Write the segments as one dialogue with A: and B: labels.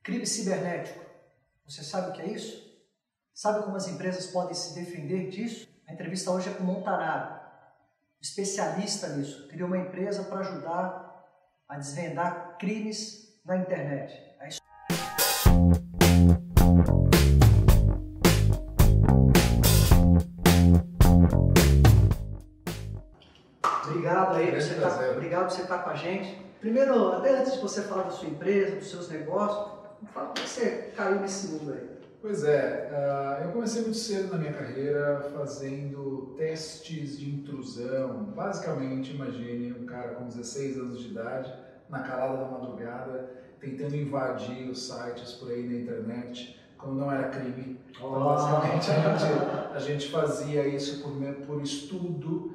A: Crime cibernético. Você sabe o que é isso? Sabe como as empresas podem se defender disso? A entrevista hoje é com o Montanaro, especialista nisso. Criou uma empresa para ajudar a desvendar crimes na internet. É isso. Obrigado aí, obrigado por você estar com a gente. Primeiro, até antes de você falar da sua empresa, dos seus negócios, fala como você caiu nesse mundo aí.
B: Pois é, eu comecei muito cedo na minha carreira fazendo testes de intrusão. Basicamente, imagine um cara com 16 anos de idade, na calada da madrugada, tentando invadir os sites por aí na internet, quando não era crime. Então, basicamente, a gente fazia isso por estudo,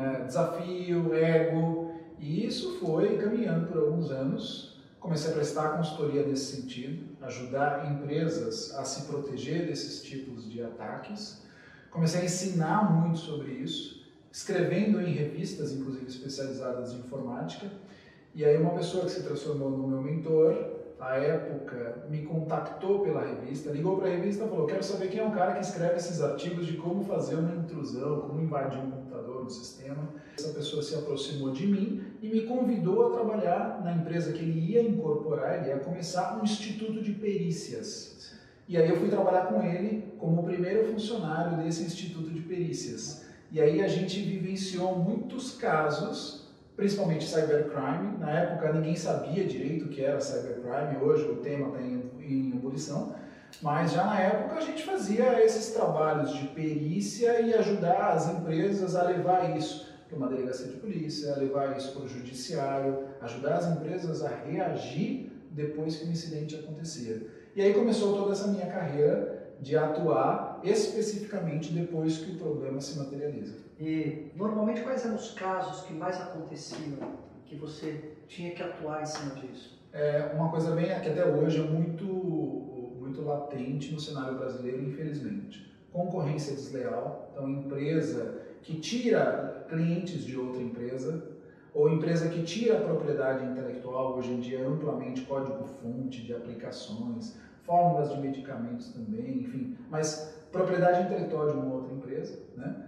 B: desafio, ego, e isso foi caminhando por alguns anos. Comecei a prestar consultoria nesse sentido, ajudar empresas a se proteger desses tipos de ataques. Comecei a ensinar muito sobre isso, escrevendo em revistas, inclusive especializadas em informática. E aí uma pessoa que se transformou no meu mentor, à época, me contactou pela revista, ligou para a revista e falou: quero saber quem é o cara que escreve esses artigos de como fazer uma intrusão, como invadir um computador, um sistema. Essa pessoa se aproximou de mim e me convidou a trabalhar na empresa que ele ia incorporar, ele ia começar um instituto de perícias. E aí eu fui trabalhar com ele como o primeiro funcionário desse instituto de perícias. E aí a gente vivenciou muitos casos, principalmente cybercrime. Na época ninguém sabia direito o que era cybercrime, hoje o tema está em ebulição, mas já na época a gente fazia esses trabalhos de perícia e ajudar as empresas a levar isso para uma delegacia de polícia, a levar isso para o judiciário, ajudar as empresas a reagir depois que o incidente acontecia. E aí começou toda essa minha carreira de atuar especificamente depois que o problema se materializa.
A: E normalmente quais eram os casos que mais aconteciam, que você tinha que atuar em cima disso?
B: É uma coisa bem que até hoje é muito latente no cenário brasileiro, infelizmente. Concorrência desleal, então empresa que tira clientes de outra empresa, ou empresa que tira a propriedade intelectual, hoje em dia amplamente código-fonte de aplicações, fórmulas de medicamentos também, enfim, mas propriedade intelectual de uma outra empresa, né?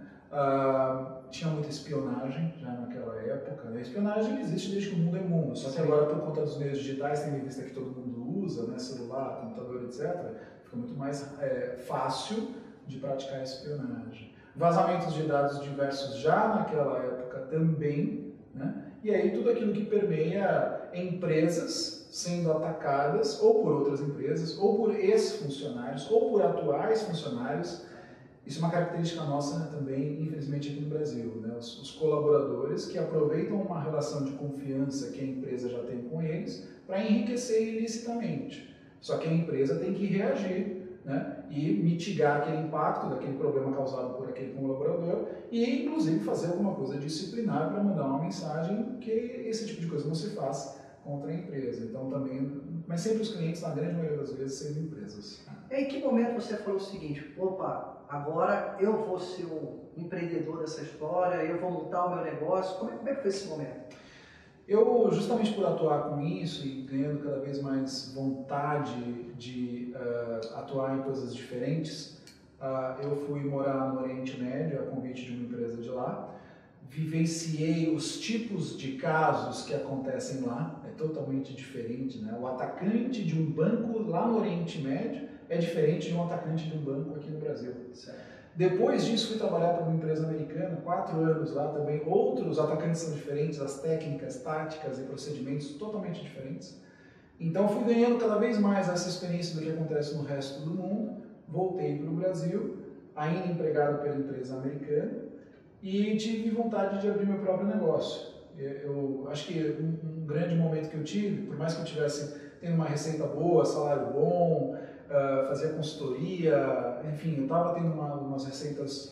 B: Tinha muita espionagem já naquela época. A espionagem existe desde que o mundo é mundo, só que agora por conta dos meios digitais, tendo em vista que todo mundo usa, né, celular, computador, etc., fica muito mais fácil de praticar a espionagem. Vazamentos de dados diversos já naquela época também, né? E aí tudo aquilo que permeia empresas sendo atacadas ou por outras empresas, ou por ex-funcionários, ou por atuais funcionários. Isso é uma característica nossa também, infelizmente, aqui no Brasil, né? Os colaboradores que aproveitam uma relação de confiança que a empresa já tem com eles para enriquecer ilicitamente. Só que a empresa tem que reagir, né? E mitigar aquele impacto daquele problema causado por aquele colaborador e, inclusive, fazer alguma coisa disciplinar para mandar uma mensagem que esse tipo de coisa não se faz contra a empresa. Então, também, mas sempre os clientes, na grande maioria das vezes, sendo empresas.
A: Em que momento você falou o seguinte: opa, agora eu vou ser o empreendedor dessa história, eu vou montar o meu negócio? Como é que foi esse momento?
B: Eu, justamente por atuar com isso e ganhando cada vez mais vontade de atuar em coisas diferentes, eu fui morar no Oriente Médio, a convite de uma empresa de lá. Vivenciei os tipos de casos que acontecem lá, é totalmente diferente, né? O atacante de um banco lá no Oriente Médio é diferente de um atacante de um banco aqui no Brasil.
A: Certo.
B: Depois disso, fui trabalhar para uma empresa americana, 4 anos lá também. Outros atacantes são diferentes, as técnicas, táticas e procedimentos totalmente diferentes. Então, fui ganhando cada vez mais essa experiência do que acontece no resto do mundo. Voltei para o Brasil, ainda empregado pela empresa americana, e tive vontade de abrir meu próprio negócio. Eu acho que um grande momento que eu tive, por mais que eu tivesse tendo uma receita boa, salário bom, fazia consultoria, enfim, eu estava tendo umas receitas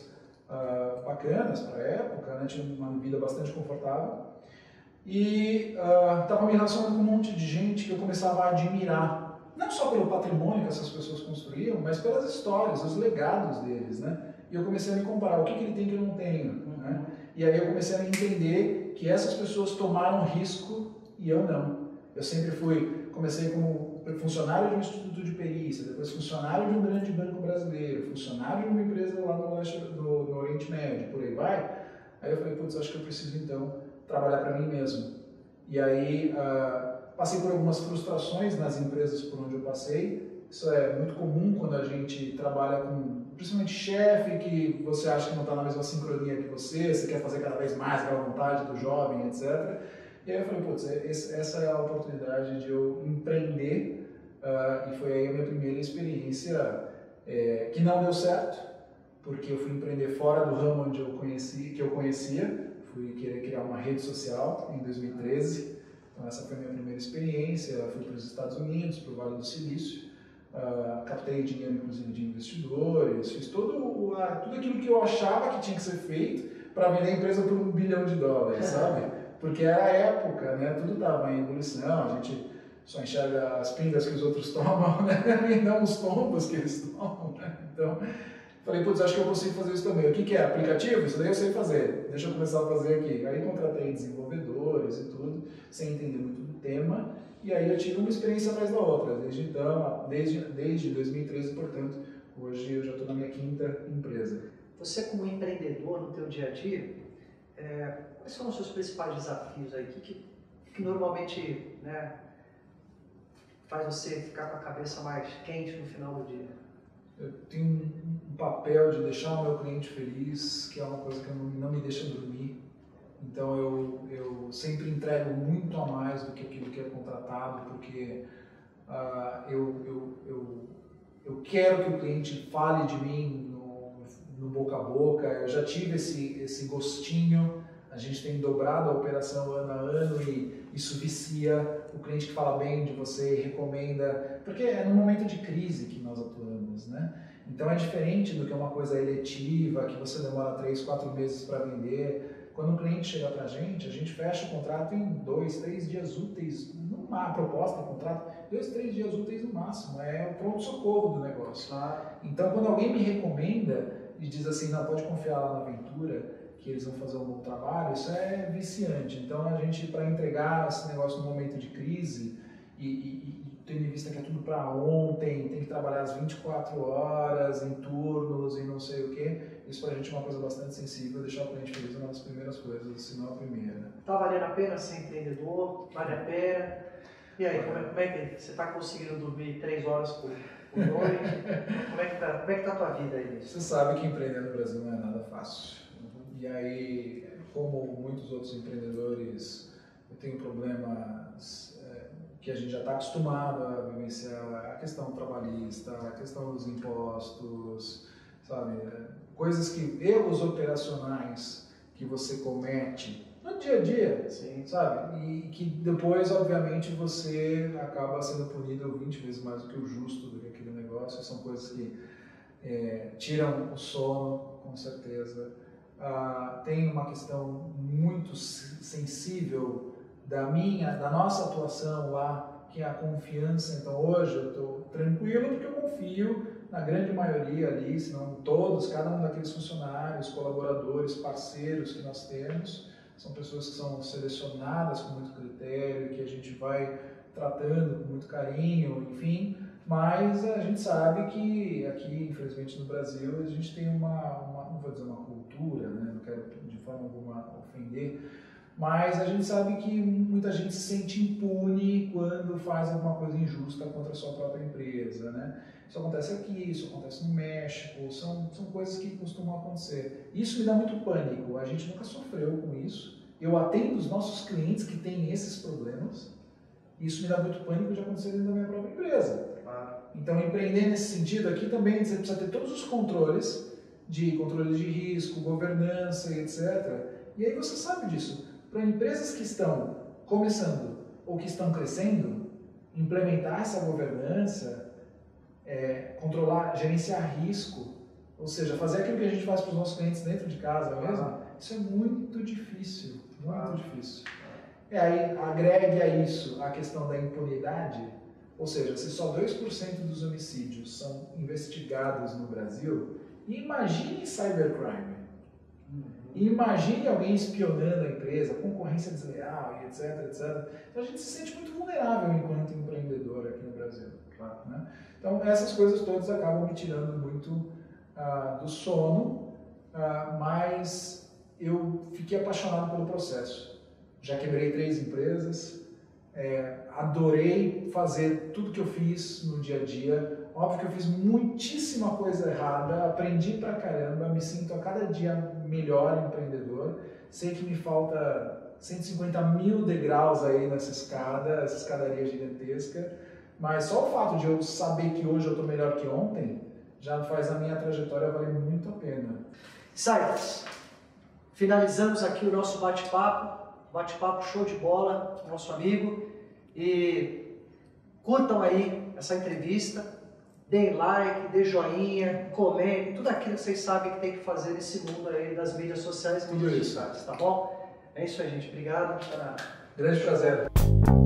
B: bacanas para a época, né? Tinha uma vida bastante confortável e estava me relacionando com um monte de gente que eu começava a admirar, não só pelo patrimônio que essas pessoas construíam, mas pelas histórias, os legados deles, né? E eu comecei a me comparar, o que ele tem que eu não tenho, né? E aí eu comecei a entender que essas pessoas tomaram risco e eu não. Eu sempre comecei como funcionário de um instituto de perícia, depois funcionário de um grande banco brasileiro, funcionário de uma empresa lá no Oriente Médio, por aí vai. Aí eu falei, putz, acho que eu preciso então trabalhar para mim mesmo. E aí passei por algumas frustrações nas empresas por onde eu passei. Isso é muito comum quando a gente trabalha com, principalmente chefe, que você acha que não está na mesma sincronia que você quer fazer cada vez mais aquela vontade do jovem, etc. E aí eu falei, putz, essa é a oportunidade de eu empreender, e foi aí a minha primeira experiência, que não deu certo, porque eu fui empreender fora do ramo onde que eu conhecia, fui querer criar uma rede social em 2013, então essa foi a minha primeira experiência, fui para os Estados Unidos, para o Vale do Silício, captei dinheiro inclusive de investidores, fiz tudo aquilo que eu achava que tinha que ser feito para vender a empresa por $1 bilhão, sabe? Porque era a época, né? Tudo estava em ebulição, a gente só enxerga as pingas que os outros tomam, né? E não os tombos que eles tomam, né? Então, falei, putz, acho que eu consigo fazer isso também. O que é? Aplicativo? Isso daí eu sei fazer. Deixa eu começar a fazer aqui. Aí contratei desenvolvedores e tudo, sem entender muito do tema. E aí eu tive uma experiência atrás da outra. Desde então, desde 2013, portanto, hoje eu já estou na minha 5ª empresa.
A: Você como empreendedor no teu dia a dia, quais são os seus principais desafios aí? O que normalmente, né, faz você ficar com a cabeça mais quente no final do dia?
B: Eu tenho um papel de deixar o meu cliente feliz, que é uma coisa que não me deixa dormir. Então eu sempre entrego muito a mais do que aquilo que é contratado, porque eu quero que o cliente fale de mim no boca a boca. Eu já tive esse gostinho. A gente tem dobrado a operação ano a ano e isso vicia o cliente que fala bem de você e recomenda, porque é num momento de crise que nós atuamos, né? Então é diferente do que uma coisa eletiva, que você demora 3, 4 meses para vender. Quando um cliente chega para a gente fecha o contrato em 2, 3 dias úteis, a proposta, o contrato, 2, 3 dias úteis no máximo, é o pronto-socorro do negócio. Então quando alguém me recomenda e diz assim, não, pode confiar lá na Aventura, que eles vão fazer um bom trabalho, isso é viciante. Então a gente, para entregar esse negócio no momento de crise e tendo em vista que é tudo para ontem, tem que trabalhar as 24 horas em turnos e não sei o que, isso para a gente é uma coisa bastante sensível. Deixar o cliente feliz é uma das primeiras coisas, se não a primeira.
A: Tá valendo a pena ser empreendedor? Vale a pena? E aí, como é que você está conseguindo dormir 3 horas por noite? Como é que tá a tua vida aí?
B: Você sabe que empreender no Brasil não é nada fácil. E aí, como muitos outros empreendedores, eu tenho problemas que a gente já está acostumado a vivenciar, a questão trabalhista, a questão dos impostos, sabe? Coisas erros operacionais que você comete no dia a dia,
A: sim,
B: sabe? E que depois, obviamente, você acaba sendo punido 20 vezes mais do que o justo do que aquele negócio. São coisas que tiram o sono, com certeza. Tem uma questão muito sensível da nossa atuação lá, que é a confiança. Então hoje eu estou tranquilo porque eu confio na grande maioria ali, se não todos, cada um daqueles funcionários, colaboradores, parceiros que nós temos, são pessoas que são selecionadas com muito critério, que a gente vai tratando com muito carinho, enfim. Mas a gente sabe que aqui, infelizmente no Brasil, a gente tem não vou dizer uma cultura, né? Não quero de forma alguma ofender, mas a gente sabe que muita gente se sente impune quando faz alguma coisa injusta contra a sua própria empresa, né? Isso acontece aqui, isso acontece no México, são coisas que costumam acontecer. Isso me dá muito pânico, a gente nunca sofreu com isso. Eu atendo os nossos clientes que têm esses problemas, e isso me dá muito pânico de acontecer dentro da minha própria empresa. Então, empreender nesse sentido aqui também, você precisa ter todos os controles de risco, governança e etc. E aí você sabe disso. Para empresas que estão começando ou que estão crescendo, implementar essa governança, controlar, gerenciar risco, ou seja, fazer aquilo que a gente faz para os nossos clientes dentro de casa mesmo, isso é muito difícil, muito difícil. E aí, agregue a isso a questão da impunidade, ou seja, se só 2% dos homicídios são investigados no Brasil, imagine cybercrime. Imagine alguém espionando a empresa, concorrência desleal e etc, etc. Então a gente se sente muito vulnerável enquanto empreendedor aqui no Brasil. Então, essas coisas todas acabam me tirando muito do sono, mas eu fiquei apaixonado pelo processo. Já quebrei 3 empresas, adorei fazer tudo que eu fiz no dia a dia. Óbvio que eu fiz muitíssima coisa errada, aprendi pra caramba, me sinto a cada dia melhor empreendedor. Sei que me falta 150 mil degraus aí nessa escada, essa escadaria gigantesca, mas só o fato de eu saber que hoje eu estou melhor que ontem já faz a minha trajetória valer muito a pena.
A: Insiders, finalizamos aqui o nosso bate-papo show de bola, nosso amigo, e curtam aí essa entrevista, deem like, dê joinha, comentem, tudo aquilo que vocês sabem que tem que fazer nesse mundo aí das mídias sociais e mídias digitais, tá bom? É isso aí, gente. Obrigado.
B: Grande prazer.